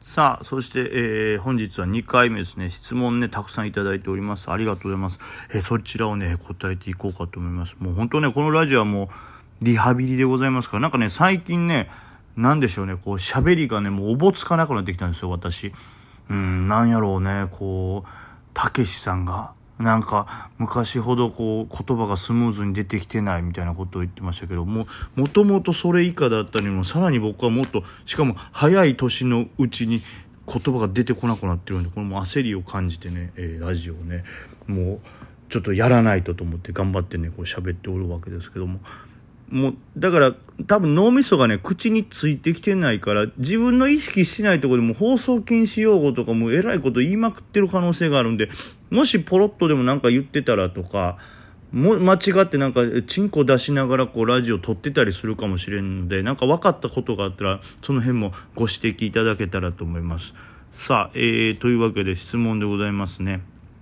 さあ、そして、本日は2回目ですね。質問ね、たくさんいただいております。ありがとうございます。そちらをね、答えていこうかと思います。もう本当ね、このラジオはもう、リハビリでございますから、なんかね、最近ね、なんでしょうね、こう、喋りがね、もうおぼつかなくなってきたんですよ、私。なんやろうね、こう、たけしさんが、なんか昔ほどこう言葉がスムーズに出てきてないみたいなことを言ってましたけどもともとそれ以下だったにもさらに僕はもっとしかも早い年のうちに言葉が出てこなくなってるんでこれも焦りを感じてね、ラジオをねもうちょっとやらないと思って頑張ってねこう喋っておるわけですけどもだから多分脳みそがね口についてきてないから自分の意識しないところでも放送禁止用語とかもえらいこと言いまくってる可能性があるんでもしポロッとでもなんか言ってたらとか間違ってなんかチンコ出しながらこうラジオ撮ってたりするかもしれんのでなんか分かったことがあったらその辺もご指摘いただけたらと思います。さあ、というわけで質問でございますね。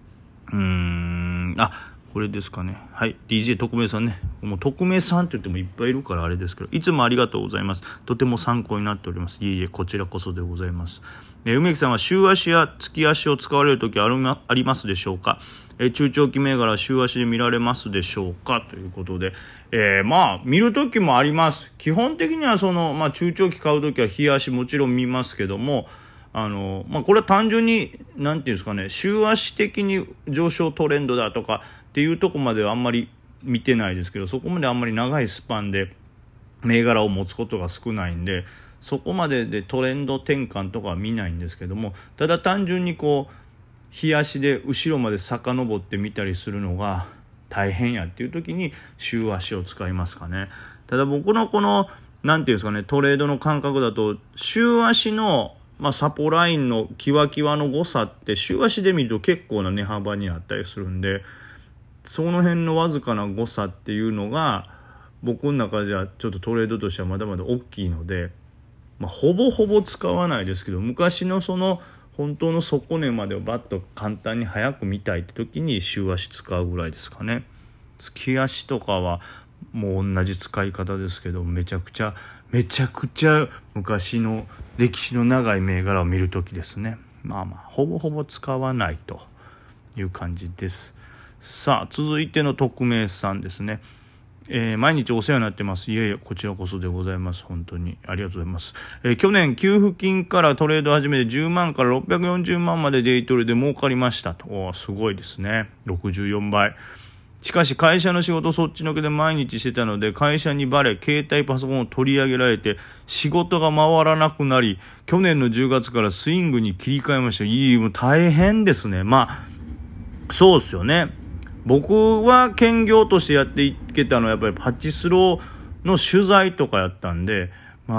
これですかね。はい。DJ 特命さんね。もう特命さんって言ってもいっぱいいるからあれですけど、いつもありがとうございます。とても参考になっております。いえいえ、こちらこそでございます。梅木さんは週足や月足を使われるときありますでしょうか。中長期銘柄週足で見られますでしょうかということで、見るときもあります。基本的には中長期買うときは日足もちろん見ますけども、これは単純になんていうんですかね、週足的に上昇トレンドだとかっていうとこまではあんまり見てないですけど、そこまであんまり長いスパンで銘柄を持つことが少ないんで、そこまででトレンド転換とかは見ないんですけども、ただ単純にこう日足で後ろまで遡って見たりするのが大変やっていう時に週足を使いますかね。ただ僕のこのなんていうんですかね、トレードの感覚だと週足のサポラインのキワキワの誤差って週足で見ると結構な値幅になったりするんで、その辺のわずかな誤差っていうのが僕の中じゃちょっとトレードとしてはまだまだ大きいので、ほぼほぼ使わないですけど、昔のその本当の底値までをバッと簡単に早く見たいって時に週足使うぐらいですかね。月足とかはもう同じ使い方ですけど、めちゃくちゃ昔の歴史の長い銘柄を見るときですね。ほぼほぼ使わないという感じです。さあ続いての匿名さんですね。毎日お世話になってます。いえいえ、こちらこそでございます。本当にありがとうございます。去年給付金からトレード始めて10万から640万までデイトレで儲かりましたと。すごいですね。64倍。しかし会社の仕事そっちのけで毎日してたので、会社にバレ携帯パソコンを取り上げられて仕事が回らなくなり、去年の10月からスイングに切り替えました。もう大変ですね。そうですよね。僕は兼業としてやっていけたのはやっぱりパチスロの取材とかやったんで、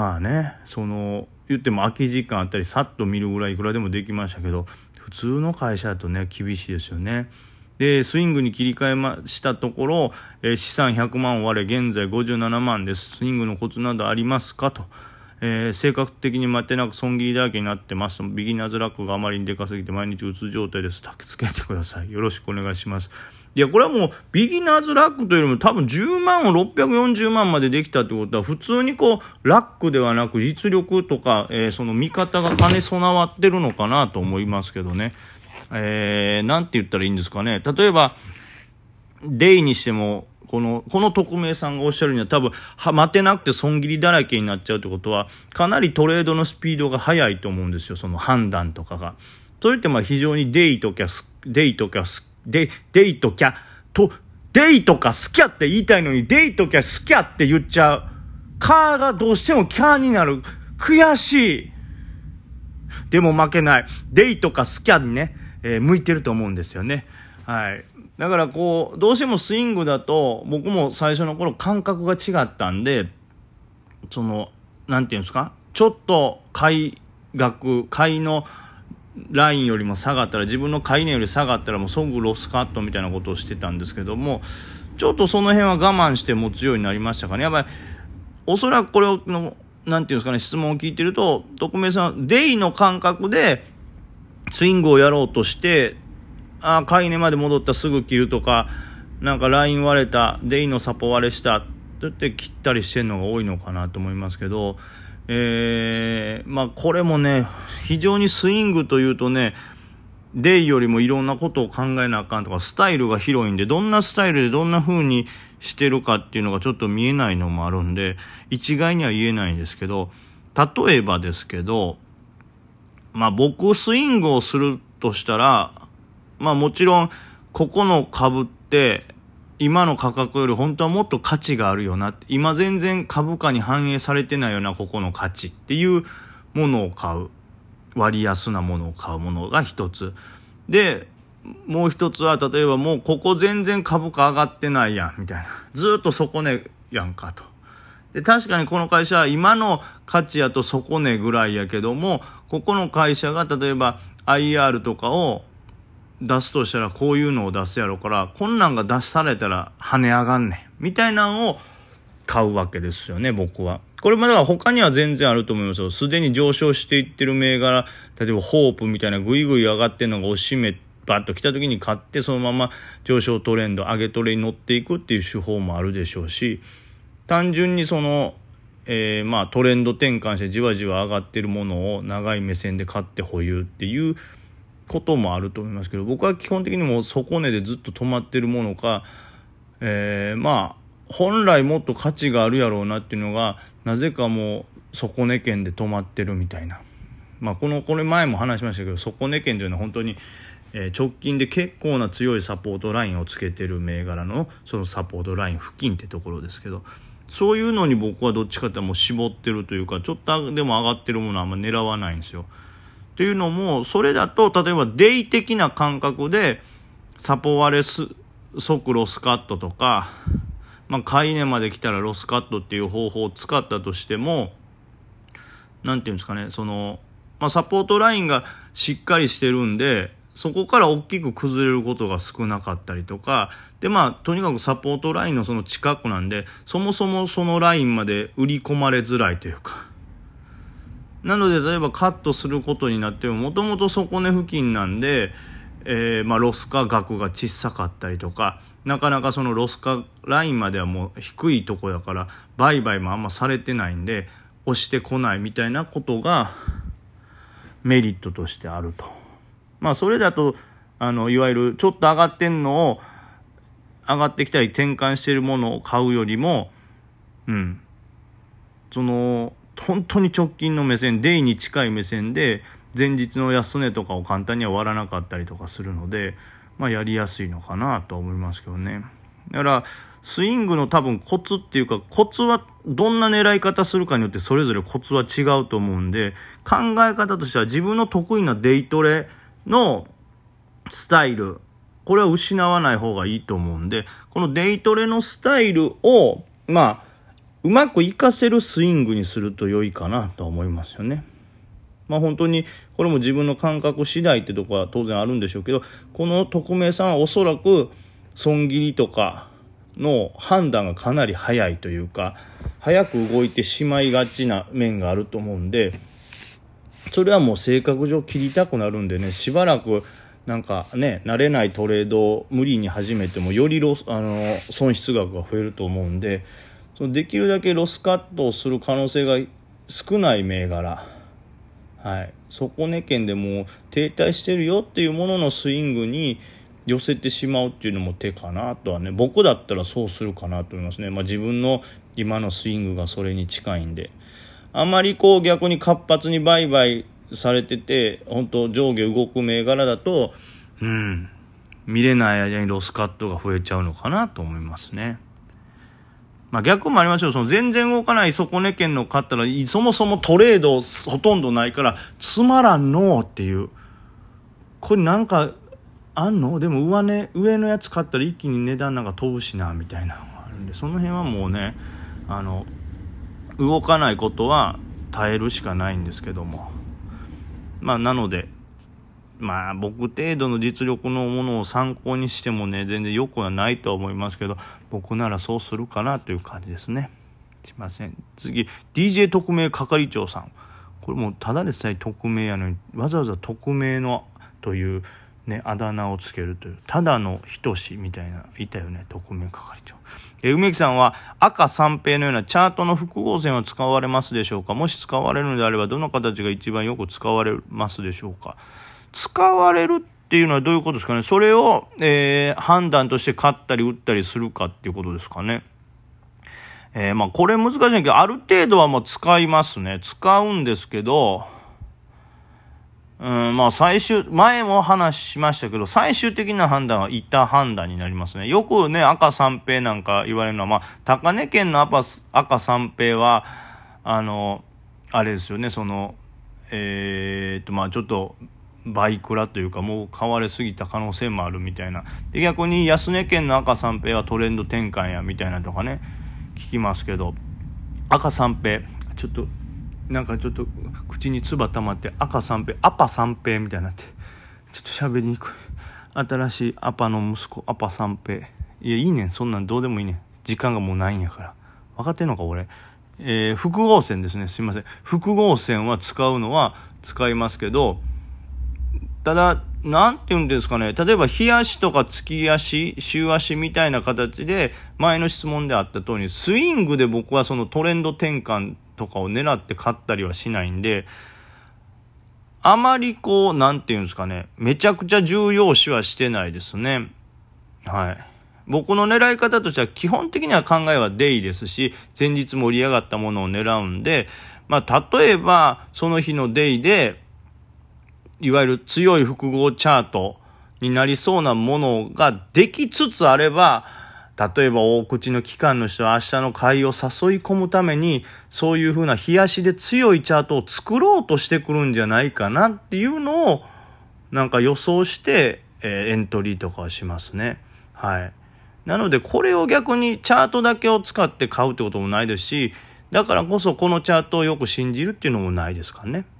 言っても空き時間あったりさっと見るぐらいいくらでもできましたけど、普通の会社だとね厳しいですよね。でスイングに切り替えましたところ、資産100万を割れ現在57万です。スイングのコツなどありますかと。性格的に待てなく損切りだらけになってます。ビギナーズラックがあまりにでかすぎて毎日うつ状態です。助けてください。よろしくお願いします。いやこれはもうビギナーズラックというよりも多分10万を640万までできたってことは普通にこうラックではなく実力とか、その見方が兼ね備わってるのかなと思いますけどね。なんて言ったらいいんですかね。例えばデイにしてもこの匿名さんがおっしゃるには多分待てなくて損切りだらけになっちゃうってことはかなりトレードのスピードが速いと思うんですよ。その判断とかが。それって非常にデイとかスキャって言いたいのにデイとかスキャって言っちゃう。カーがどうしてもキャーになる。悔しい。でも負けない。デイとかスキャにね、向いてると思うんですよね。はい。だからどうしてもスイングだと僕も最初の頃感覚が違ったんで、なんていうんですか、ちょっと買いのラインよりも下がったら自分の買い値より下がったらもう即ロスカットみたいなことをしてたんですけども、ちょっとその辺は我慢して持つようになりましたかね。やっぱりおそらくこれのなんていうんですかね、質問を聞いてると匿名さんデイの感覚でスイングをやろうとして買い値まで戻ったすぐ切るとか、なんかライン割れたデイのサポ割れしたって言って切ったりしてるのが多いのかなと思いますけど、 これもね、非常にスイングというとね、デイよりもいろんなことを考えなあかんとか、スタイルが広いんで、どんなスタイルでどんな風にしてるかっていうのがちょっと見えないのもあるんで、一概には言えないんですけど、例えばですけど、僕スイングをするとしたら、もちろんここの株って今の価格より本当はもっと価値があるよな、今全然株価に反映されてないよな、ここの価値っていうものを買う、割安なものを買うものが一つで、もう一つは例えばもうここ全然株価上がってないやんみたいな、ずっと底値やんかと。で確かにこの会社は今の価値やと底値ぐらいやけども、ここの会社が例えば IR とかを出すとしたらこういうのを出すやろから、こんなんが出されたら跳ね上がんねんみたいなのを買うわけですよね、僕は。これもだから他には全然あると思いますよ。すでに上昇していってる銘柄、例えばホープみたいなグイグイ上がってるのが押し目バッと来た時に買って、そのまま上昇トレンド上げトレに乗っていくっていう手法もあるでしょうし、単純にその、トレンド転換してじわじわ上がってるものを長い目線で買って保有っていうこともあると思いますけど、僕は基本的にもう底値でずっと止まってるものか、本来もっと価値があるやろうなっていうのがなぜかもう底値圏で止まってるみたいな。これ前も話しましたけど、底値圏というのは本当に直近で結構な強いサポートラインをつけてる銘柄のそのサポートライン付近ってところですけど、そういうのに僕はどっちかっていうともう絞ってるというか、ちょっとでも上がってるものはあんま狙わないんですよ。っていうのも、それだと例えばデイ的な感覚でサポワレス即ロスカットとか、買い値まで来たらロスカットっていう方法を使ったとしても、なんていうんですかね、そのサポートラインがしっかりしてるんで、そこから大きく崩れることが少なかったりとかで、とにかくサポートラインのその近くなんで、そもそもそのラインまで売り込まれづらいというか、なので例えばカットすることになっても、もともと底値付近なんで、ロス価額が小さかったりとか、なかなかそのロス価ラインまではもう低いとこだから売買もあんまされてないんで押してこないみたいなことがメリットとしてあると。それだといわゆるちょっと上がってんのを上がってきたり転換しているものを買うよりも、その本当に直近の目線、デイに近い目線で前日の安値とかを簡単には割らなかったりとかするので、やりやすいのかなと思いますけどね。だからスイングの多分コツっていうか、コツはどんな狙い方するかによってそれぞれコツは違うと思うんで、考え方としては自分の得意なデイトレのスタイル、これは失わない方がいいと思うんで、このデイトレのスタイルをうまく活かせるスイングにすると良いかなと思いますよね。本当にこれも自分の感覚次第ってとこは当然あるんでしょうけど、この匿名さんはおそらく損切りとかの判断がかなり早いというか、早く動いてしまいがちな面があると思うんで、それはもう性格上切りたくなるんでね、しばらく慣れないトレードを無理に始めてもより損失額が増えると思うんで、できるだけロスカットをする可能性が少ない銘柄、底値圏でもう停滞してるよっていうもののスイングに寄せてしまうっていうのも手かなとはね、僕だったらそうするかなと思いますね。自分の今のスイングがそれに近いんで、あまり逆に活発に売買されてて本当上下動く銘柄だと見れない間にロスカットが増えちゃうのかなと思いますね。逆もありますよ。その全然動かない底値圏の買ったらそもそもトレードほとんどないからつまらんのっていう、これあんの、でも上のやつ買ったら一気に値段飛ぶしなみたいなのがあるんで、その辺はもうね動かないことは耐えるしかないんですけども、なので僕程度の実力のものを参考にしてもね、全然良くはないとは思いますけど、僕ならそうするかなという感じですね。すいません。次 DJ 特命係長さん、これもただでさえ匿名やのにわざわざ匿名のというね、あだ名をつけるという、ただの人志みたいないたよね、特命係長。梅木さんは赤三平のようなチャートの複合線は使われますでしょうか。もし使われるのであればどの形が一番よく使われますでしょうか。使われるっていうのはどういうことですかね。それを、判断として買ったり売ったりするかっていうことですかね。これ難しいんだけど、ある程度はもう使いますね。使うんですけど、前も話しましたけど、最終的な判断は板判断になりますね。よくね、赤三平なんか言われるのは、高値圏の赤三平は、あれですよね、ちょっと、バイクラというか、もう買われすぎた可能性もあるみたいな。で、逆に安値圏の赤三平はトレンド転換や、みたいなとかね、聞きますけど、赤三平、ちょっと口に唾溜まってアパ三平みたいになってちょっと喋りにくい。新しいアパの息子アパ三平。いやいいねん、そんなんどうでもいいねん、時間がもうないんやから。分かってんのか俺。複合線ですね、すいません。複合線は使うのは使いますけど、ただなんて言うんですかね、例えば日足とか月足週足みたいな形で前の質問であった通りスイングで僕はそのトレンド転換とかを狙って買ったりはしないんで、あまりなんていうんですかね、めちゃくちゃ重要視はしてないですね。はい。僕の狙い方としては基本的には考えはデイですし、前日盛り上がったものを狙うんで、例えばその日のデイでいわゆる強い複合チャートになりそうなものができつつあれば、例えば大口の機関の人は明日の買いを誘い込むためにそういう風な日足で強いチャートを作ろうとしてくるんじゃないかなっていうのを予想して、エントリーとかはしますね。はい。なのでこれを逆にチャートだけを使って買うってこともないですし、だからこそこのチャートをよく信じるっていうのもないですかね。